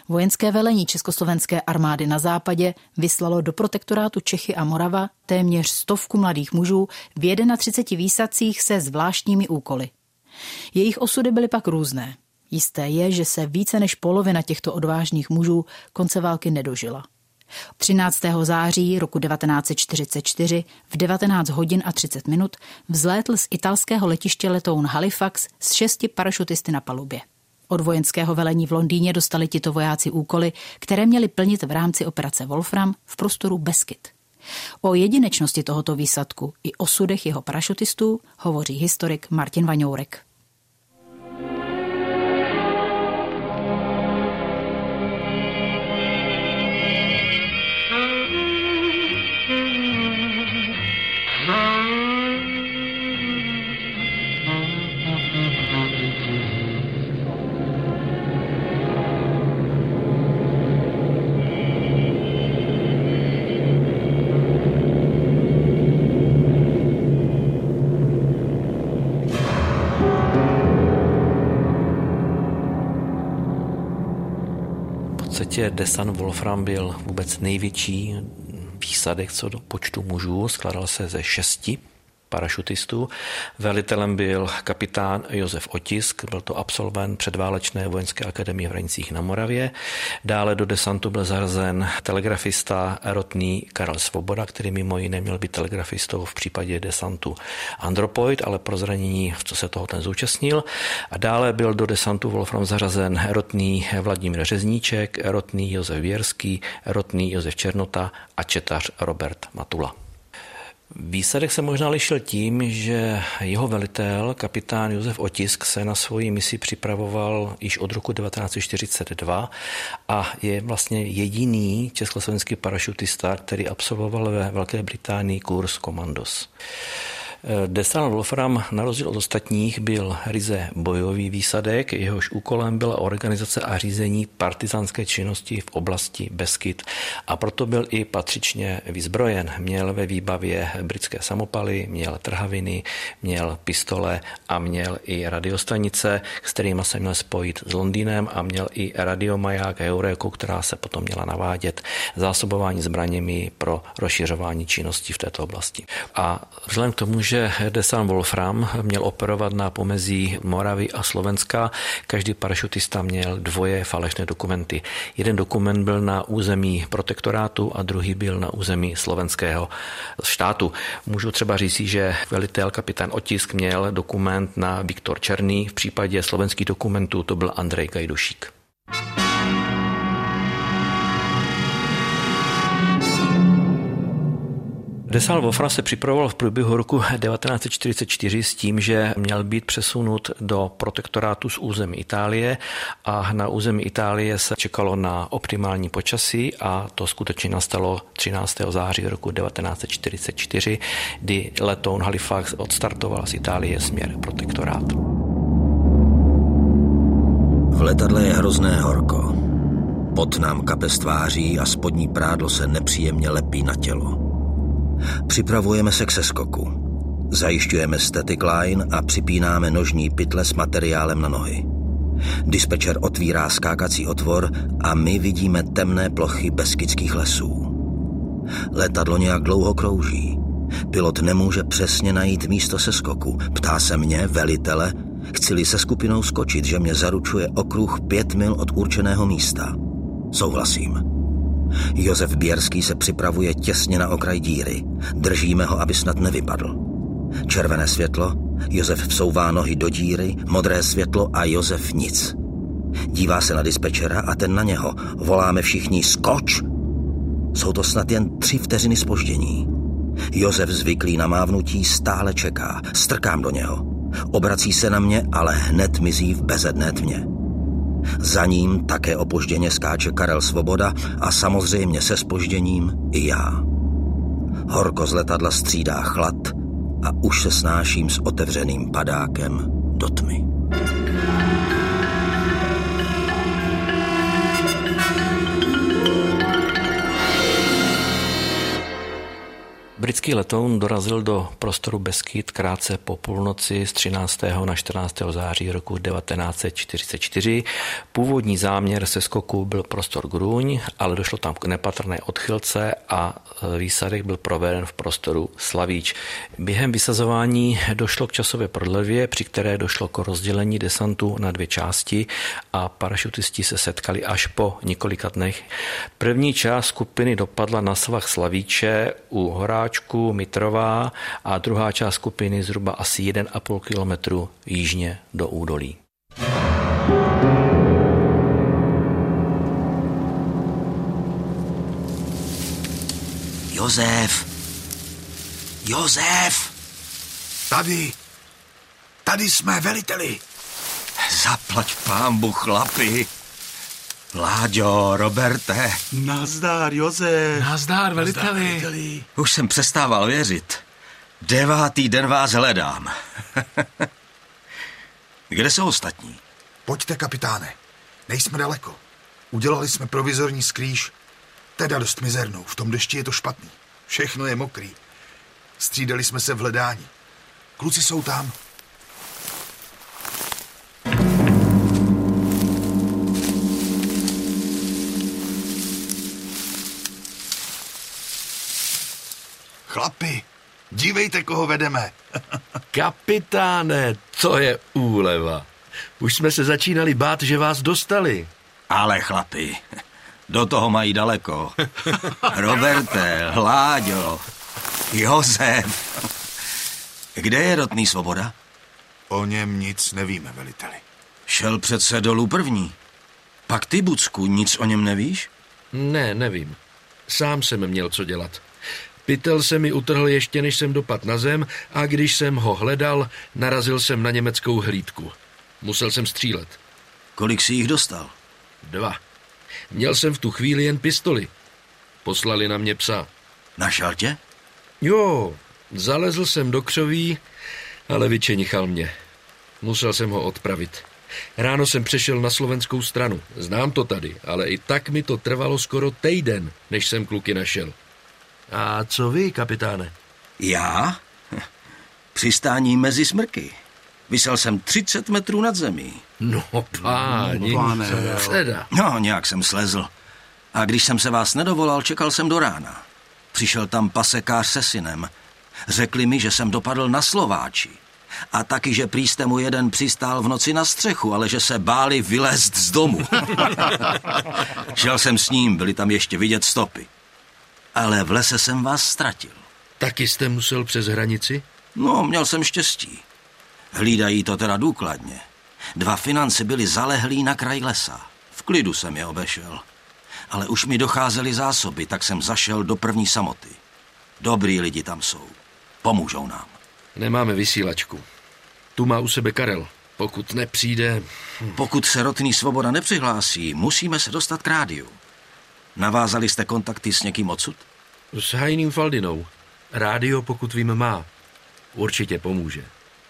Vojenské velení československé armády na západě vyslalo do protektorátu Čechy a Morava téměř 100 mladých mužů v 31 výsadcích se zvláštními úkoly. Jejich osudy byly pak různé. Jisté je, že se více než polovina těchto odvážných mužů konce války nedožila. 13. září roku 1944 v 19 hodin a 30 minut vzlétl z italského letiště letoun Halifax s 6 parašutisty na palubě. Od vojenského velení v Londýně dostali tito vojáci úkoly, které měli plnit v rámci operace Wolfram v prostoru Beskyt. O jedinečnosti tohoto výsadku i osudech jeho parašutistů hovoří historik Martin Vaňourek. Desant Wolfram byl vůbec největší výsadek co do počtu mužů, skládal se ze 6 parašutistů. Velitelem byl kapitán Josef Otisk, byl to absolvent předválečné vojenské akademie v Hranicích na Moravě. Dále do desantu byl zařazen telegrafista rotný Karel Svoboda, který mimo jiné měl být telegrafistou v případě desantu Andropoid, ale pro zranění, co se toho ten zúčastnil. A dále byl do desantu Wolfram zařazen rotný Vladimír Řezníček, rotný Josef Běrský, rotný Josef Černota a četař Robert Matula. Výsadek se možná lišil tím, že jeho velitel, kapitán Josef Otisk, se na svoji misi připravoval již od roku 1942 a je vlastně jediný československý parašutista, který absolvoval ve Velké Británii kurz Commandos. Desant Wolfram na rozdíl od ostatních byl ryze bojový výsadek, jehož úkolem byla organizace a řízení partizánské činnosti v oblasti Beskyt a proto byl i patřičně vyzbrojen. Měl ve výbavě britské samopaly, měl trhaviny, měl pistole a měl i radiostanice, s kterými se měl spojit s Londýnem a měl i radiomaják Eureku, která se potom měla navádět zásobování zbraněmi pro rozšiřování činnosti v této oblasti. A vzhledem k tomu, že desant Wolfram měl operovat na pomezí Moravy a Slovenska, každý parašutista měl 2 falešné dokumenty. Jeden dokument byl na území protektorátu a druhý byl na území slovenského štátu. Můžu třeba říct, že velitel kapitán Otisk měl dokument na Viktor Černý, v případě slovenských dokumentů to byl Andrej Gajdušík. Desant Wolfram se připravoval v průběhu roku 1944 s tím, že měl být přesunut do protektorátu z území Itálie a na území Itálie se čekalo na optimální počasí a to skutečně nastalo 13. září roku 1944, kdy letoun Halifax odstartoval z Itálie směr protektorát. V letadle je hrozné horko. Pot nám kape z tváří a spodní prádlo se nepříjemně lepí na tělo. Připravujeme se k seskoku. Zajišťujeme static line a připínáme nožní pytle s materiálem na nohy. Dispečer otvírá skákací otvor a my vidíme temné plochy beskydských lesů. Letadlo nějak dlouho krouží. Pilot nemůže přesně najít místo seskoku. Ptá se mě, velitele, chci-li se skupinou skočit, že mě zaručuje okruh 5 mil od určeného místa. Souhlasím. Josef Běrský se připravuje těsně na okraj díry. Držíme ho, aby snad nevypadl. Červené světlo, Josef vsouvá nohy do díry, modré světlo a Josef nic. Dívá se na dispečera a ten na něho. Voláme všichni skoč! Jsou to snad jen 3 vteřiny zpoždění. Josef zvyklý na mávnutí stále čeká. Strkám do něho. Obrací se na mě, ale hned mizí v bezedné tmě. Za ním také opožděně skáče Karel Svoboda a samozřejmě se zpožděním i já. Horko z letadla střídá chlad a už se snáším s otevřeným padákem do tmy. Africký letoun dorazil do prostoru Beskyd krátce po půlnoci z 13. na 14. září roku 1944. Původní záměr seskoku byl prostor Grůň, ale došlo tam k nepatrné odchylce a výsadek byl proveden v prostoru Slavíč. Během vysazování došlo k časové prodlevě, při které došlo k rozdělení desantu na 2 části a parašutisti se setkali až po několika dnech. První část skupiny dopadla na svah Slavíče u Horáčku, Mitrová a druhá část skupiny zhruba asi 1,5 kilometru jižně do údolí. Josef! Tady jsme, veliteli. Zaplať pánbu, chlapi. Láďo, Roberte. Nazdár, Josef. Nazdár, veliteli. Už jsem přestával věřit. 9. den vás hledám. Kde jsou ostatní? Pojďte, kapitáne. Nejsme daleko. Udělali jsme provizorní skrýž. Teda dost mizernou. V tom dešti je to špatný. Všechno je mokrý. Střídali jsme se v hledání. Kluci jsou tam. Chlapi, dívejte, koho vedeme. Kapitáne, to je úleva. Už jsme se začínali bát, že vás dostali. Ale chlapi, do toho mají daleko. Roberte, Láďo, Josef. Kde je rotný Svoboda? O něm nic nevíme, veliteli. Šel přece dolů první. Pak ty, Bucku, nic o něm nevíš? Ne, nevím. Sám jsem měl co dělat. Pytel se mi utrhl ještě, než jsem dopadl na zem a když jsem ho hledal, narazil jsem na německou hlídku. Musel jsem střílet. Kolik jsi jich dostal? 2. Měl jsem v tu chvíli jen pistoli. Poslali na mě psa. Našel tě? Jo, zalezl jsem do křoví, ale vyčenichal mě. Musel jsem ho odpravit. Ráno jsem přešel na slovenskou stranu. Znám to tady, ale i tak mi to trvalo skoro týden, než jsem kluky našel. A co vy, kapitáne? Já? Přistání mezi smrky. Visel jsem 30 metrů nad zemí. No páni, teda. No, nějak jsem slezl. A když jsem se vás nedovolal, čekal jsem do rána. Přišel tam pasekář se synem. Řekli mi, že jsem dopadl na Slováči. A taky, že prý jste mu jeden přistál v noci na střechu, ale že se báli vylézt z domu. Šel jsem s ním, byly tam ještě vidět stopy. Ale v lese jsem vás ztratil. Taky jste musel přes hranici? No, měl jsem štěstí. Hlídají to teda důkladně. 2 financi byli zalehlí na kraj lesa. V klidu jsem je obešel. Ale už mi docházely zásoby, tak jsem zašel do první samoty. Dobrý lidi tam jsou. Pomůžou nám. Nemáme vysílačku. Tu má u sebe Karel. Pokud nepřijde... Pokud se rotný Svoboda nepřihlásí, musíme se dostat k rádiu. Navázali jste kontakty s někým odsud? S Hajným Faldinou. Rádio, pokud vím, má. Určitě pomůže.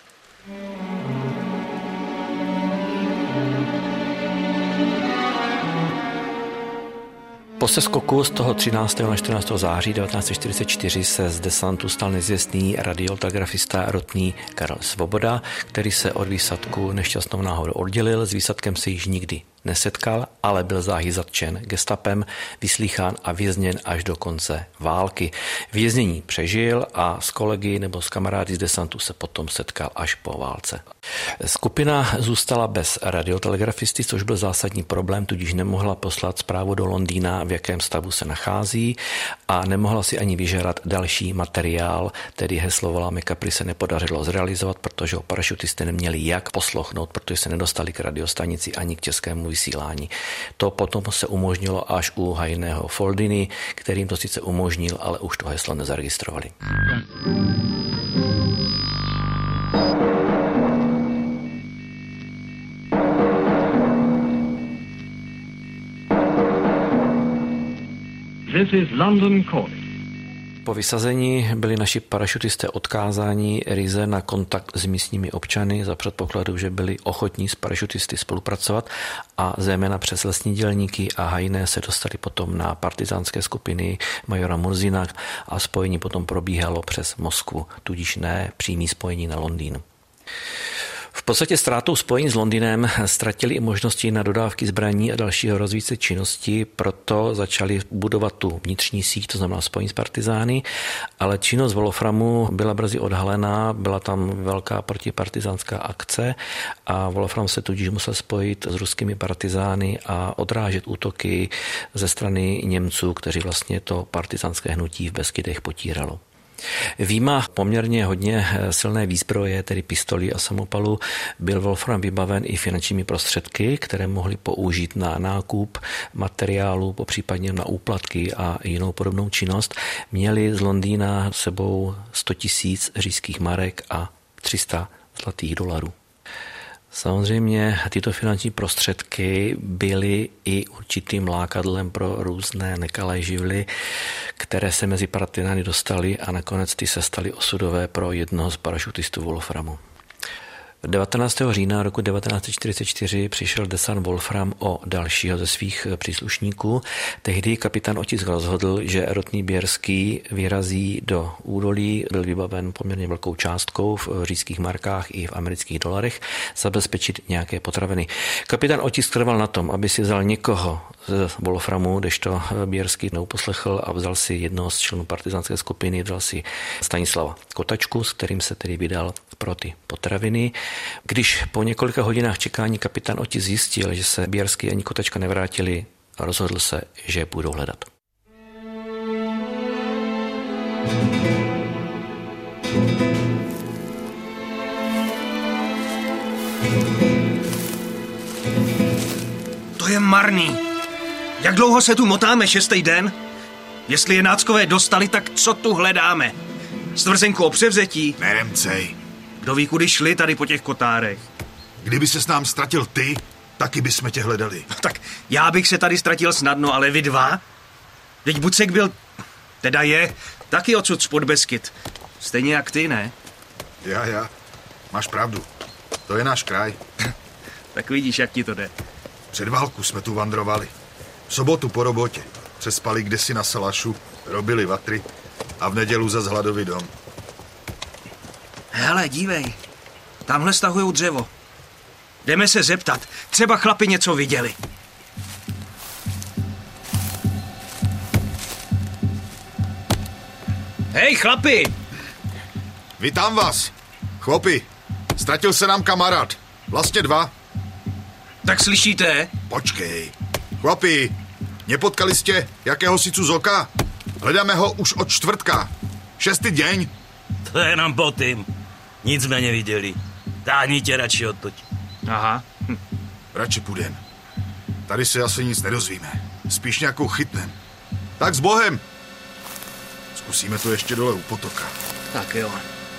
Po seskoku z toho 13. na 14. září 1944 se z desantu stal nezvěstný radiotelegrafista rotný Karel Svoboda, který se od výsadku nešťastnou náhodou oddělil. S výsadkem se již nikdy nesetkal, ale byl záhy zatčen gestapem, vyslýchán a vězněn až do konce války. Věznění přežil a s kolegy nebo s kamarády z desantu se potom setkal až po válce. Skupina zůstala bez radiotelegrafisty, což byl zásadní problém, tudíž nemohla poslat zprávu do Londýna, v jakém stavu se nachází a nemohla si ani vyžádat další materiál, tedy heslo Voláme Capri se nepodařilo zrealizovat, protože ho parašutisté neměli jak poslouchnout, protože se nedostali k radiostanici ani k českému vysílání. To potom se umožnilo až u Hajného Faldiny, kterým to sice umožnil, ale už to heslo nezaregistrovali. This is London calling. Po vysazení byli naši parašutisté odkázáni ryze na kontakt s místními občany za předpokladu, že byli ochotní s parašutisty spolupracovat a zejména přes lesní dělníky a hajné se dostali potom na partizánské skupiny majora Murzina a spojení potom probíhalo přes Moskvu, tudíž ne přímý spojení na Londýn. V podstatě ztrátou spojení s Londýnem ztratili i možnosti na dodávky zbraní a dalšího rozvíjece činnosti, proto začali budovat tu vnitřní síť, to znamená spojení s partizány, ale činnost Wolframu byla brzy odhalená, byla tam velká protipartizánská akce a Wolfram se tudíž musel spojit s ruskými partizány a odrážet útoky ze strany Němců, kteří vlastně to partizánské hnutí v Beskydech potíralo. Výjima poměrně hodně silné výzbroje, tedy pistolí a samopalu, byl Wolfram vybaven i finančními prostředky, které mohli použít na nákup materiálu, popřípadně na úplatky a jinou podobnou činnost. Měli z Londýna sebou 100 000 říšských marek a 300 zlatých dolarů. Samozřejmě tyto finanční prostředky byly i určitým lákadlem pro různé nekalé živly, které se mezi partizány dostaly a nakonec ty se staly osudové pro jednoho z parašutistů Wolframu. 19. října roku 1944 přišel desant Wolfram o dalšího ze svých příslušníků. Tehdy kapitán Otisk rozhodl, že rotný Běrský vyrazí do údolí, byl vybaven poměrně velkou částkou v říšských markách i v amerických dolarech, zabezpečit nějaké potraviny. Kapitán Otisk trval na tom, aby si vzal někoho z Wolframu, kdežto Běrský neuposlechl a vzal si jednoho z členů partizánské skupiny, vzal si Stanislava Kotačku, s kterým se tedy vydal pro ty potraviny. Když po několika hodinách čekání kapitán Otis zjistil, že se Běrský ani Kotačka nevrátili, rozhodl se, že budou hledat. To je marný. Jak dlouho se tu motáme, 6. den? Jestli je náckové dostali, tak co tu hledáme? Stvrzenku o převzetí? Neremcej. Kdo ví, kudy šli tady po těch kotárech? Kdyby ses nám ztratil ty, taky bychom tě hledali. Tak já bych se tady ztratil snadno, ale vy dva? Teď Bucek byl, teda je, taky odsud spod Beskyd. Stejně jak ty, ne? Já. Máš pravdu. To je náš kraj. Tak vidíš, jak ti to jde. Před válku jsme tu vandrovali. V sobotu po robotě. Přespali kdesi na salašu, robili vatry a v nedělu zas hladový dom. Hele, dívej, tamhle stahujou dřevo. Jdeme se zeptat, třeba chlapi něco viděli. Hej, chlapi! Vítám vás. Chlopi, ztratil se nám kamarád. Vlastně 2. Tak slyšíte? Počkej. Chlopi, nepotkali jste jakéhosi cuzoka? Hledáme ho už od čtvrtka. 6. deň. To je nám potým. Nic jsme neviděli. Táhni tě radši odtoď. Aha. Radši půjdem. Tady se asi nic nedozvíme. Spíš nějakou chytnem. Tak s Bohem. Zkusíme to ještě dole u potoka. Tak jo.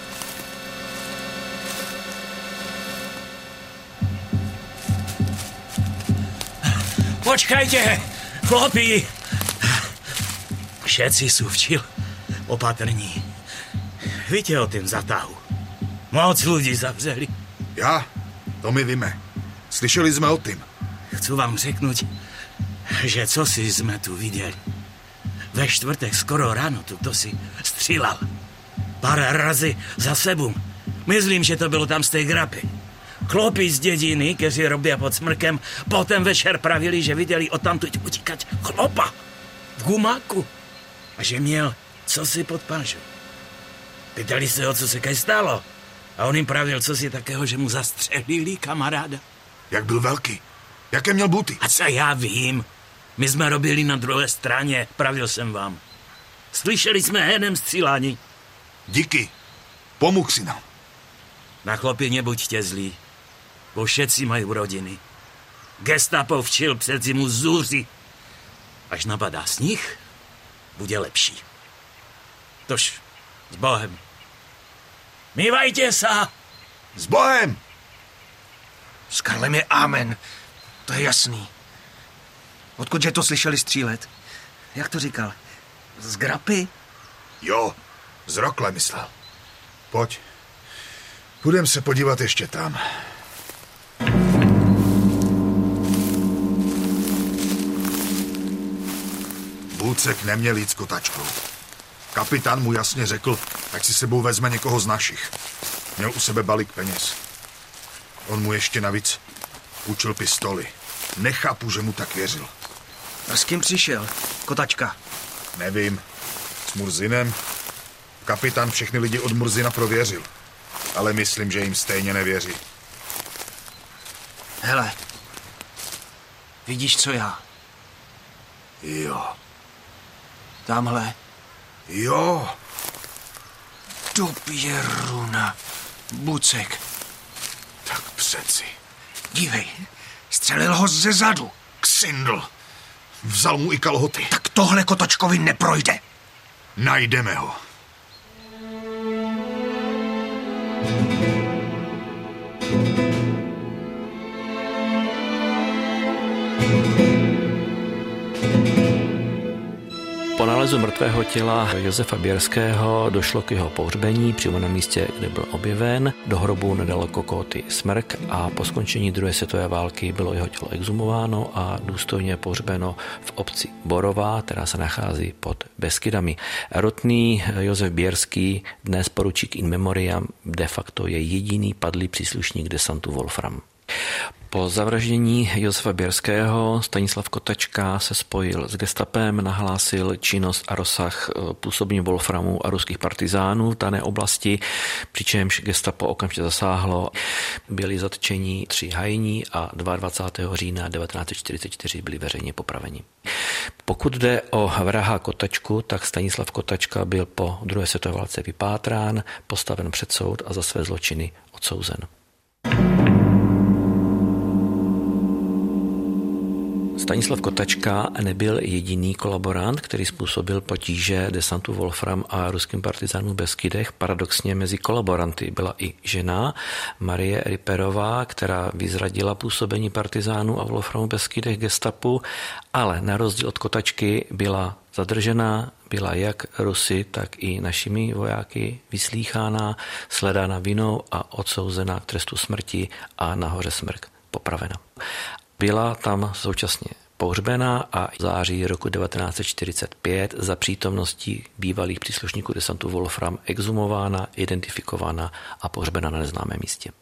Počkajte, chlopí. Všetci sú včil opatrní. Víte o tým zatahu? Moc ľudí zavřeli. Já? To my víme. Slyšeli jsme o tým. Chci vám řeknout, že co si jsme tu viděli. Ve čtvrtek skoro ráno tu kto si střílal. Pár razy za sebou. Myslím, že to bylo tam z té grapy. Chlopí z dědiny, kteří robí pod smrkem, potom večer pravili, že viděli odtamtud utíkat chlopa v gumáku a že měl cosi pod pážou. Pýtali se ho, co se kaj stalo. A on jim pravil cosi takého, že mu zastřelili kamaráda. Jak byl velký? Jaké měl buty? A co já vím? My jsme robili na druhé straně, pravil jsem vám. Slyšeli jsme henem střílání. Díky. Pomohl si nám. Na chlopy nebuďte zlí, bo všetci mají rodiny. Gestapo včil před zimu zuří. Až napadá sníh, bude lepší. Tož, s Bohem. Mívajte se! S Bohem! S Karlem je amen. To je jasný. Odkudže to slyšeli střílet? Jak to říkal? Z grapy? Jo, z Rokle myslel. Pojď. Půjdem se podívat ještě tam. Bucek neměl jít s kotačkou. Kapitán mu jasně řekl, ať si sebou vezme někoho z našich. Měl u sebe balík peněz. On mu ještě navíc půjčil pistoli. Nechápu, že mu tak věřil. A s kým přišel? Kotačka? Nevím. S Murzinem? Kapitán všechny lidi od Murzina prověřil. Ale myslím, že jim stejně nevěří. Hele. Vidíš, co já? Jo. Tamhle. Jo. Do Pěruna. Bucek. Tak přeci. Dívej, střelil ho ze zadu. Ksindl. Vzal mu i kalhoty. Tak tohle Kotačkovi neprojde. Najdeme ho. Po nálezu mrtvého těla Josefa Běrského došlo k jeho pohřbení přímo na místě, kde byl objeven. Do hrobu nedaleko Kóty Smrk a po skončení druhé světové války bylo jeho tělo exhumováno a důstojně pohřbeno v obci Borová, která se nachází pod Beskydami. Rotný Josef Běrský, dnes poručík in memoriam, de facto je jediný padlý příslušník desantu Wolfram. Po zavraždění Josefa Běrského Stanislav Kotačka se spojil s gestapem, nahlásil činnost a rozsah působení Wolframu a ruských partizánů v dané oblasti, přičemž gestapo okamžitě zasáhlo. Byli zatčeni 3 hajní a 22. října 1944 byli veřejně popraveni. Pokud jde o vraha Kotačku, tak Stanislav Kotačka byl po druhé světové válce vypátrán, postaven před soud a za své zločiny odsouzen. Stanislav Kotačka nebyl jediný kolaborant, který způsobil potíže desantu Wolfram a ruským partizánům v Beskydech. Paradoxně mezi kolaboranty byla i žena Marie Riperová, která vyzradila působení partizánů a Wolframu v Beskydech gestapu, ale na rozdíl od Kotačky byla zadržena, byla jak Rusy, tak i našimi vojáky vyslýchána, sledána vinou a odsouzena k trestu smrti a na hoře Smrk popravena. Byla tam současně pohřbena a v září roku 1945 za přítomnosti bývalých příslušníků desantu Wolfram exhumována, identifikována a pohřbena na neznámém místě.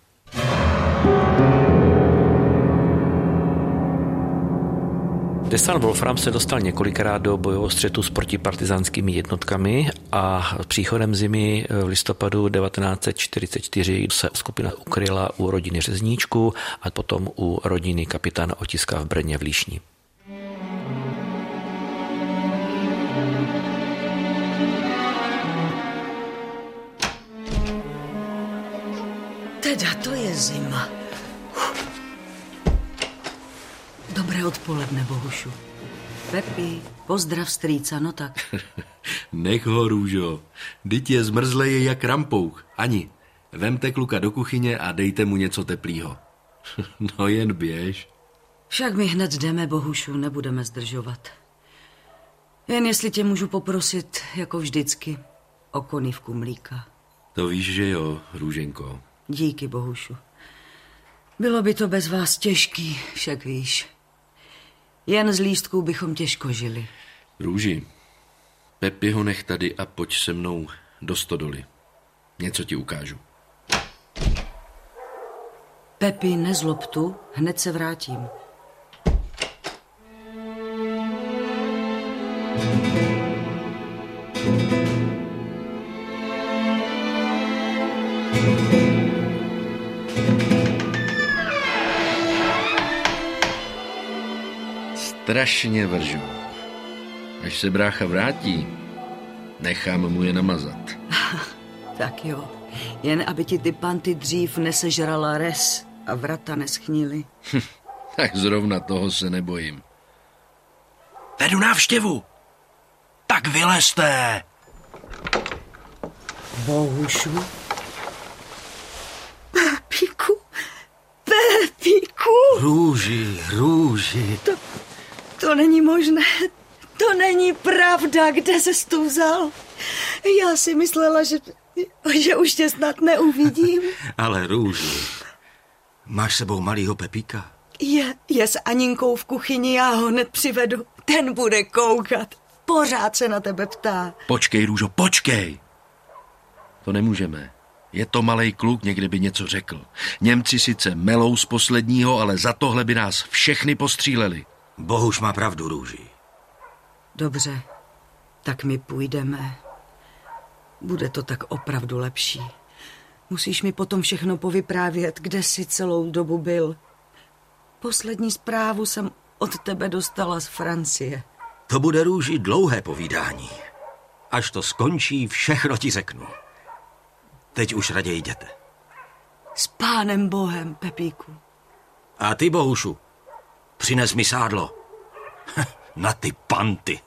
Desant Wolfram se dostal několikrát do bojového střetu s protipartizánskými jednotkami a příchodem zimy v listopadu 1944 se skupina ukryla u rodiny Řezníčku a potom u rodiny kapitána Otiska v Brně v Líšni. Teda to je zima. Dobré odpoledne, Bohušu. Pepi, pozdrav strýca, no tak. Nech ho, Růžo. Dyť je zmrzlej jak rampouch. Ani, vemte kluka do kuchyně a dejte mu něco teplýho. No jen běž. Však my hned jdeme, Bohušu, nebudeme zdržovat. Jen jestli tě můžu poprosit, jako vždycky, o konivku mlíka. To víš, že jo, Růženko. Díky, Bohušu. Bylo by to bez vás těžký, však víš. Jen z lístků bychom těžko žili. Růži, Pepi ho nech tady a pojď se mnou do stodoly. Něco ti ukážu. Pepi, nezlob tu, hned se vrátím. Strašně vržu. Až se brácha vrátí, nechám mu je namazat. Tak jo, jen aby ti ty panty dřív nesežrala res a vrata neschnily. Tak zrovna toho se nebojím. Vedu návštěvu. Tak vylezte. Bohušu? Pepiku? Pepiku? Růži. To není možné. To není pravda. Kde ses tu vzal? Já si myslela, že už tě snad neuvidím. Ale Růži, máš sebou malýho Pepíka? Je s Aninkou v kuchyni, já ho hned přivedu. Ten bude koukat. Pořád se na tebe ptá. Počkej, Růžo, počkej. To nemůžeme. Je to malej kluk, někde by něco řekl. Němci sice melou z posledního, ale za tohle by nás všechny postříleli. Bohuš má pravdu, Růži. Dobře, tak my půjdeme. Bude to tak opravdu lepší. Musíš mi potom všechno povyprávět, kde jsi celou dobu byl. Poslední zprávu jsem od tebe dostala z Francie. To bude, Růži, dlouhé povídání. Až to skončí, všechno ti řeknu. Teď už raději jděte. S Pánem Bohem, Pepíku. A ty, Bohušu, přines mi sádlo. Na ty panty.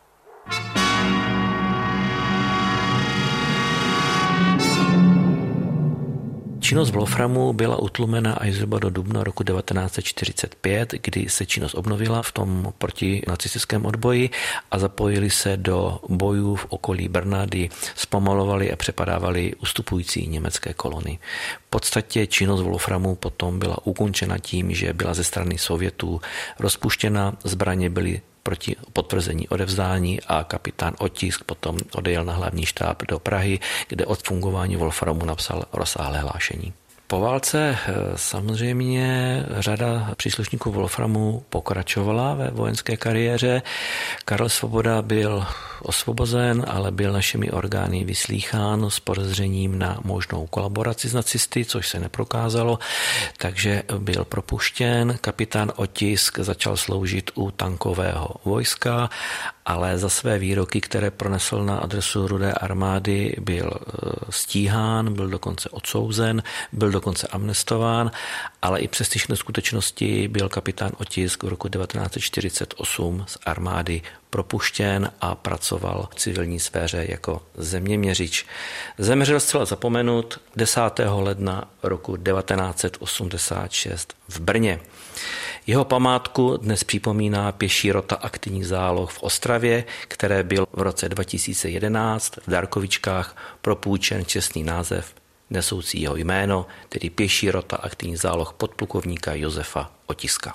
Činnost Wolframu byla utlumena až zhruba do dubna roku 1945, kdy se činnost obnovila v tom protinacistickém odboji a zapojili se do bojů v okolí Brna, kdy zpomalovali a přepadávali ustupující německé kolony. V podstatě činnost Wolframu potom byla ukončena tím, že byla ze strany Sovětů rozpuštěna, zbraně byly proti potvrzení odevzdání a kapitán Otisk potom odjel na hlavní štáb do Prahy, kde od fungování Wolframu napsal rozsáhlé hlášení. Po válce samozřejmě řada příslušníků Wolframu pokračovala ve vojenské kariéře. Karel Svoboda byl osvobozen, ale byl našimi orgány vyslýchán s podezřením na možnou kolaboraci s nacisty, což se neprokázalo, takže byl propuštěn. Kapitán Otisk začal sloužit u tankového vojska, ale za své výroky, které pronesl na adresu Rudé armády, byl stíhán, byl dokonce odsouzen, byl dokonce amnestován, ale i přes tyhle skutečnosti byl kapitán Otisk v roku 1948 z armády propuštěn a pracoval v civilní sféře jako zeměměřič. Zemřel zcela zapomenut 10. ledna roku 1986 v Brně. Jeho památku dnes připomíná pěší rota aktivních záloh v Ostravě, které byl v roce 2011 v Darkovičkách propůjčen čestný název nesoucí jeho jméno, tedy pěší rota aktivních záloh podplukovníka Josefa Otiska.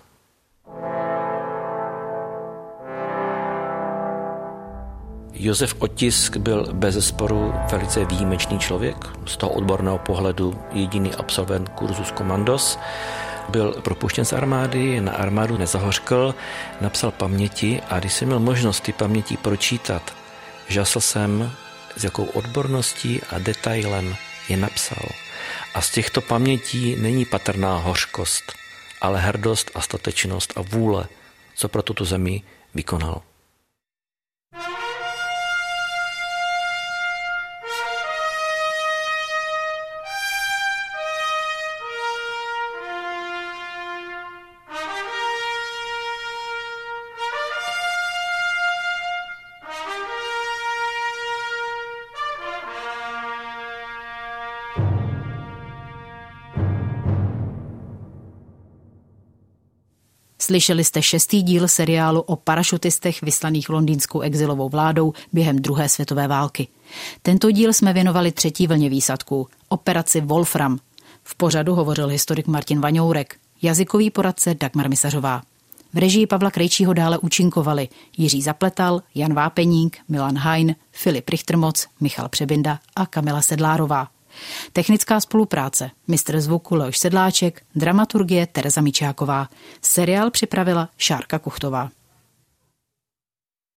Josef Otisk byl bezesporu velice výjimečný člověk, z toho odborného pohledu jediný absolvent kurzus Komandos. Byl propuštěn z armády, na armádu nezahořkl, napsal paměti a když jsem měl možnost ty paměti pročítat, žasl jsem, s jakou odborností a detailem je napsal. A z těchto pamětí není patrná hořkost, ale hrdost a statečnost a vůle, co pro tuto zemi vykonal. Slyšeli jste 6. díl seriálu o parašutistech vyslaných londýnskou exilovou vládou během druhé světové války. Tento díl jsme věnovali 3. vlně výsadků, operaci Wolfram. V pořadu hovořil historik Martin Vaňourek, jazykový poradce Dagmar Misařová. V režii Pavla Krejčího dále účinkovali Jiří Zapletal, Jan Vápeník, Milan Hajn, Filip Richtermoc, Michal Přebinda a Kamila Sedlárová. Technická spolupráce, mistr zvuku Leoš Sedláček, dramaturgie Tereza Mičáková. Seriál připravila Šárka Kuchtová.